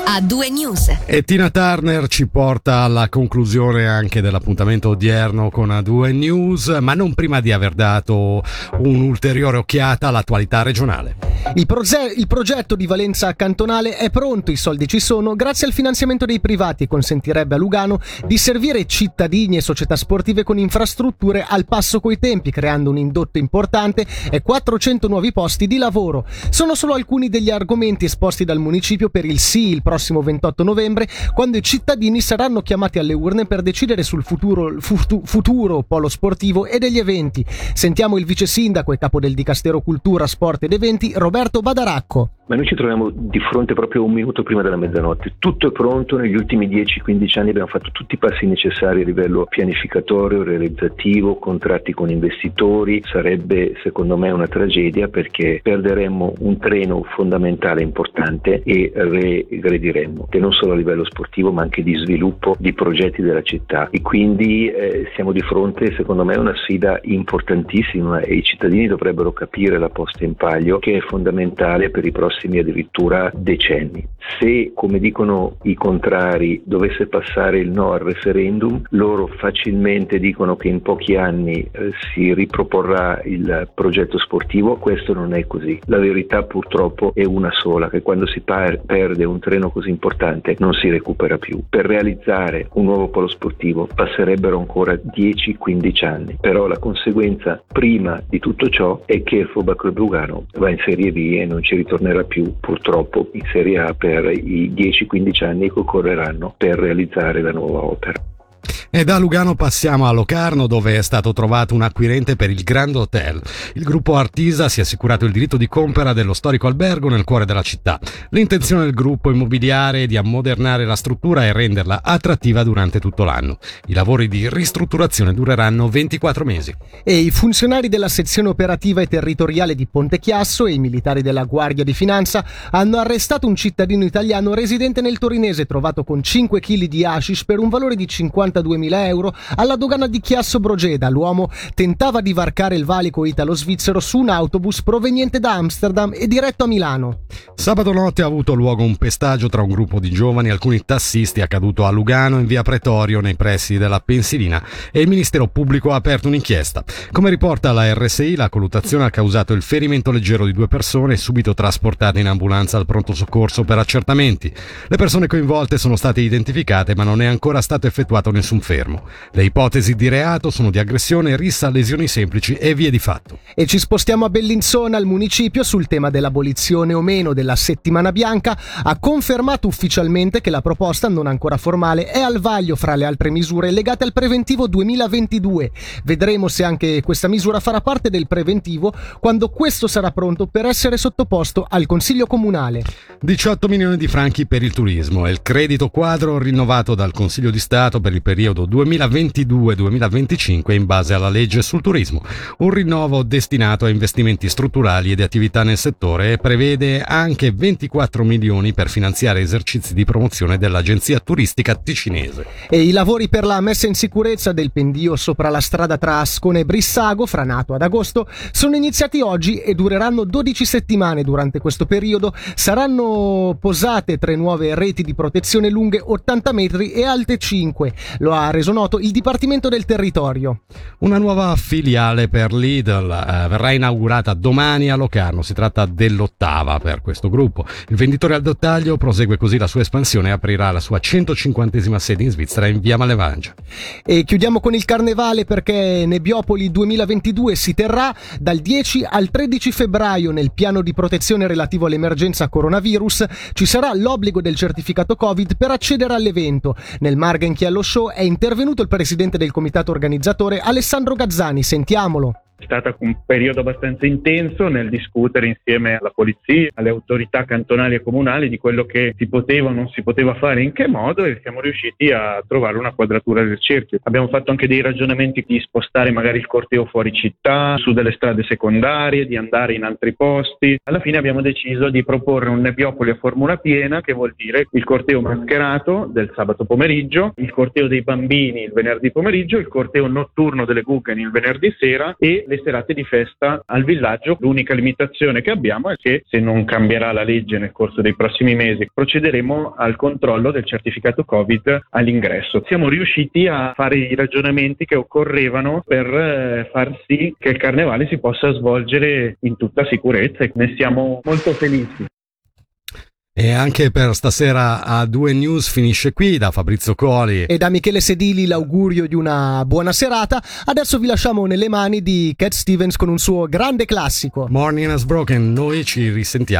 a Due News. E Tina Turner ci porta alla conclusione anche dell'appuntamento odierno con A2 News, ma non prima di aver dato un'ulteriore occhiata all'attualità regionale. Il progetto di valenza cantonale è pronto, i soldi ci sono, grazie al finanziamento dei privati e consentirebbe a Lugano di servire cittadini e società sportive con infrastrutture al passo coi tempi, creando un indotto importante e 400 nuovi posti di lavoro. Sono solo alcuni degli argomenti esposti dal municipio per il sì il prossimo 28 novembre, quando i cittadini saranno chiamati alle urne per decidere sul futuro polo sportivo e degli eventi. Sentiamo il vice sindaco e capo del Dicastero Cultura, Sport ed Eventi, Roberto Badaracco. Ma noi ci troviamo di fronte proprio un minuto prima della mezzanotte. Tutto è pronto, negli ultimi 10-15 anni abbiamo fatto tutti i passi necessari a livello pianificatorio, realizzativo, contratti con investitori. Sarebbe secondo me una tragedia, perché perderemmo un treno fondamentale, importante, e regrediremmo, che non solo a livello sportivo ma anche di sviluppo di progetti della città. E quindi siamo di fronte secondo me a una sfida importantissima, e i cittadini dovrebbero capire la posta in palio, che è fondamentale per i prossimi addirittura decenni. Se, come dicono i contrari, dovesse passare il no al referendum, loro facilmente dicono che in pochi anni si riproporrà il progetto sportivo. Questo non è così. La verità purtroppo è una sola, che quando si perde un treno così importante non si recupera più. Per realizzare un nuovo polo sportivo passerebbero ancora 10-15 anni, però la conseguenza prima di tutto ciò è che il Football Club Lugano va in Serie B e non ci ritornerà più purtroppo in Serie A per i 10-15 anni che occorreranno per realizzare la nuova opera. E da Lugano passiamo a Locarno, dove è stato trovato un acquirente per il Grand Hotel. Il gruppo Artisa si è assicurato il diritto di compra dello storico albergo nel cuore della città. L'intenzione del gruppo immobiliare è di ammodernare la struttura e renderla attrattiva durante tutto l'anno. I lavori di ristrutturazione dureranno 24 mesi. E i funzionari della sezione operativa e territoriale di Ponte Chiasso e i militari della Guardia di Finanza hanno arrestato un cittadino italiano residente nel torinese, trovato con 5 kg di hashish per un valore di 52.000 euro alla dogana di Chiasso Brogeda. L'uomo tentava di varcare il valico italo-svizzero su un autobus proveniente da Amsterdam e diretto a Milano. Sabato notte ha avuto luogo un pestaggio tra un gruppo di giovani e alcuni tassisti accaduto a Lugano in via Pretorio, nei pressi della Pensilina, e il Ministero Pubblico ha aperto un'inchiesta. Come riporta la RSI, la colluttazione ha causato il ferimento leggero di 2 persone, subito trasportate in ambulanza al pronto soccorso per accertamenti. Le persone coinvolte sono state identificate, ma non è ancora stato effettuato nessun fermo. Le ipotesi di reato sono di aggressione, rissa, lesioni semplici e vie di fatto. E ci spostiamo a Bellinzona. Al municipio, sul tema dell'abolizione o meno della settimana bianca, ha confermato ufficialmente che la proposta, non ancora formale, è al vaglio fra le altre misure legate al preventivo 2022. Vedremo se anche questa misura farà parte del preventivo quando questo sarà pronto per essere sottoposto al Consiglio Comunale. 18 milioni di franchi per il turismo è il credito quadro rinnovato dal Consiglio di Stato per il periodo 2022-2025 in base alla legge sul turismo. Un rinnovo destinato a investimenti strutturali ed attività nel settore, e prevede anche 24 milioni per finanziare esercizi di promozione dell'agenzia turistica ticinese. E i lavori per la messa in sicurezza del pendio sopra la strada tra Ascona e Brissago, franato ad agosto, sono iniziati oggi e dureranno 12 settimane. Durante questo periodo saranno posate 3 nuove reti di protezione lunghe 80 metri e alte 5. Lo ha reso noto il Dipartimento del Territorio. Una nuova filiale per Lidl verrà inaugurata domani a Locarno. Si tratta dell'8ª per questo gruppo. Il venditore al dettaglio prosegue così la sua espansione e aprirà la sua 150esima sede in Svizzera, in via Malevancia. E chiudiamo con il carnevale, perché Nebbiopoli 2022 si terrà dal 10 al 13 febbraio. Nel piano di protezione relativo all'emergenza coronavirus ci sarà l'obbligo del certificato Covid per accedere all'evento. Nel Margen Chiello Show è intervenuto il presidente del comitato organizzatore Alessandro Gazzani. Sentiamolo. È stato un periodo abbastanza intenso nel discutere insieme alla polizia, alle autorità cantonali e comunali di quello che si poteva o non si poteva fare, in che modo, e siamo riusciti a trovare una quadratura del cerchio. Abbiamo fatto anche dei ragionamenti di spostare magari il corteo fuori città, su delle strade secondarie, di andare in altri posti. Alla fine abbiamo deciso di proporre un Nebbiopoli a formula piena, che vuol dire il corteo mascherato del sabato pomeriggio, il corteo dei bambini il venerdì pomeriggio, il corteo notturno delle Guggen il venerdì sera e le serate di festa al villaggio. L'unica limitazione che abbiamo è che, se non cambierà la legge nel corso dei prossimi mesi, procederemo al controllo del certificato Covid all'ingresso. Siamo riusciti a fare i ragionamenti che occorrevano per far sì che il carnevale si possa svolgere in tutta sicurezza, e ne siamo molto felici. E anche per stasera A2 News finisce qui. Da Fabrizio Coli e da Michele Sedili l'augurio di una buona serata. Adesso vi lasciamo nelle mani di Cat Stevens con un suo grande classico, Morning Has Broken. Noi ci risentiamo